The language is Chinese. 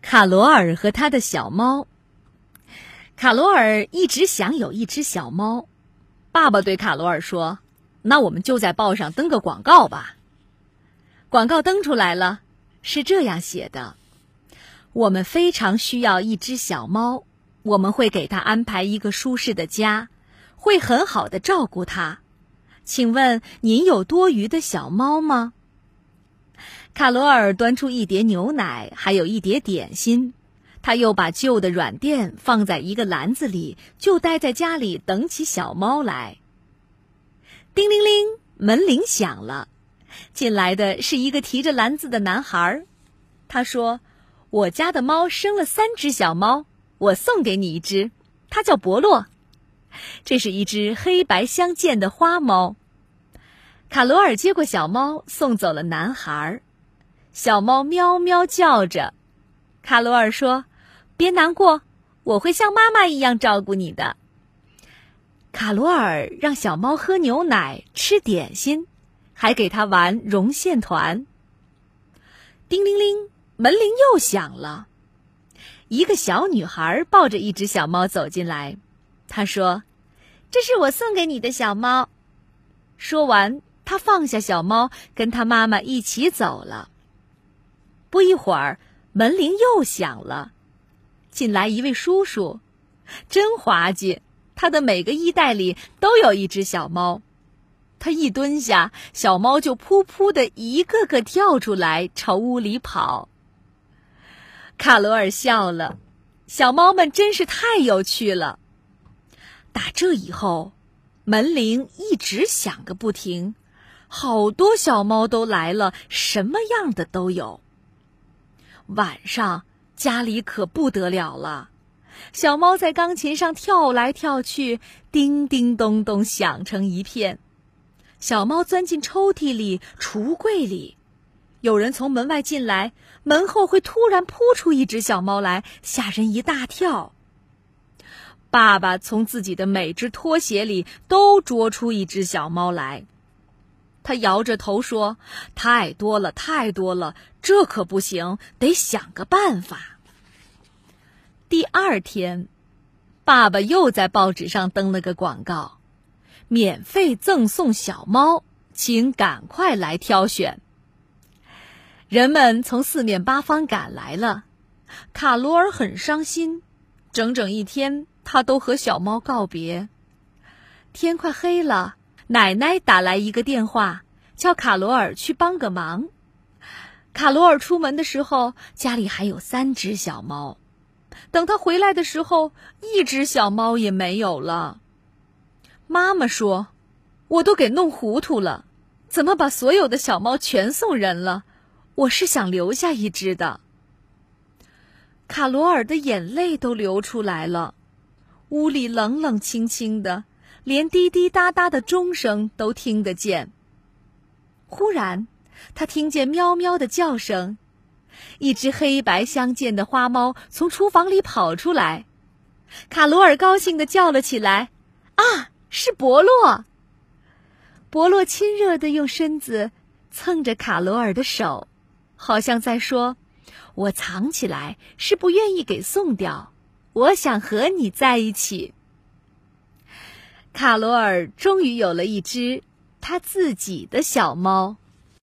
卡罗尔和他的小猫。卡罗尔一直想有一只小猫。爸爸对卡罗尔说：“那我们就在报上登个广告吧。”广告登出来了，是这样写的：我们非常需要一只小猫，我们会给它安排一个舒适的家，会很好的照顾它。请问您有多余的小猫吗？卡罗尔端出一碟牛奶，还有一碟点心。他又把旧的软垫放在一个篮子里，就待在家里等起小猫来。叮铃铃，门铃响了。进来的是一个提着篮子的男孩。他说：“我家的猫生了3只小猫，我送给你一只，它叫伯洛。这是一只黑白相间的花猫。”卡罗尔接过小猫，送走了男孩。小猫喵喵叫着。卡罗尔说：“别难过，我会像妈妈一样照顾你的。”卡罗尔让小猫喝牛奶，吃点心，还给它玩绒线团。叮铃铃，门铃又响了。一个小女孩抱着一只小猫走进来，她说：“这是我送给你的小猫。”说完，她放下小猫，跟她妈妈一起走了。不一会儿，门铃又响了。进来一位叔叔，真滑稽，他的每个衣袋里都有一只小猫。他一蹲下，小猫就扑扑的一个个跳出来，朝屋里跑。卡罗尔笑了，小猫们真是太有趣了。打这以后，门铃一直响个不停，好多小猫都来了，什么样的都有。晚上家里可不得了了，小猫在钢琴上跳来跳去，叮叮咚咚响成一片。小猫钻进抽屉里、橱柜里，有人从门外进来，门后会突然扑出一只小猫来，吓人一大跳。爸爸从自己的每只拖鞋里都捉出一只小猫来。他摇着头说：“太多了，太多了，这可不行，得想个办法。”第二天，爸爸又在报纸上登了个广告：免费赠送小猫，请赶快来挑选。人们从四面八方赶来了，卡罗尔很伤心，整整一天他都和小猫告别。天快黑了，奶奶打来一个电话，叫卡罗尔去帮个忙。卡罗尔出门的时候，家里还有3只小猫。等他回来的时候，1只小猫也没有了。妈妈说：“我都给弄糊涂了，怎么把所有的小猫全送人了？我是想留下1只的。”卡罗尔的眼泪都流出来了。屋里冷冷清清的，连滴滴答答的钟声都听得见。忽然，他听见喵喵的叫声，一只黑白相间的花猫从厨房里跑出来。卡罗尔高兴地叫了起来：“啊，是伯洛！”伯洛亲热地用身子蹭着卡罗尔的手，好像在说：“我藏起来是不愿意给送掉，我想和你在一起。”卡罗尔终于有了一只他自己的小猫。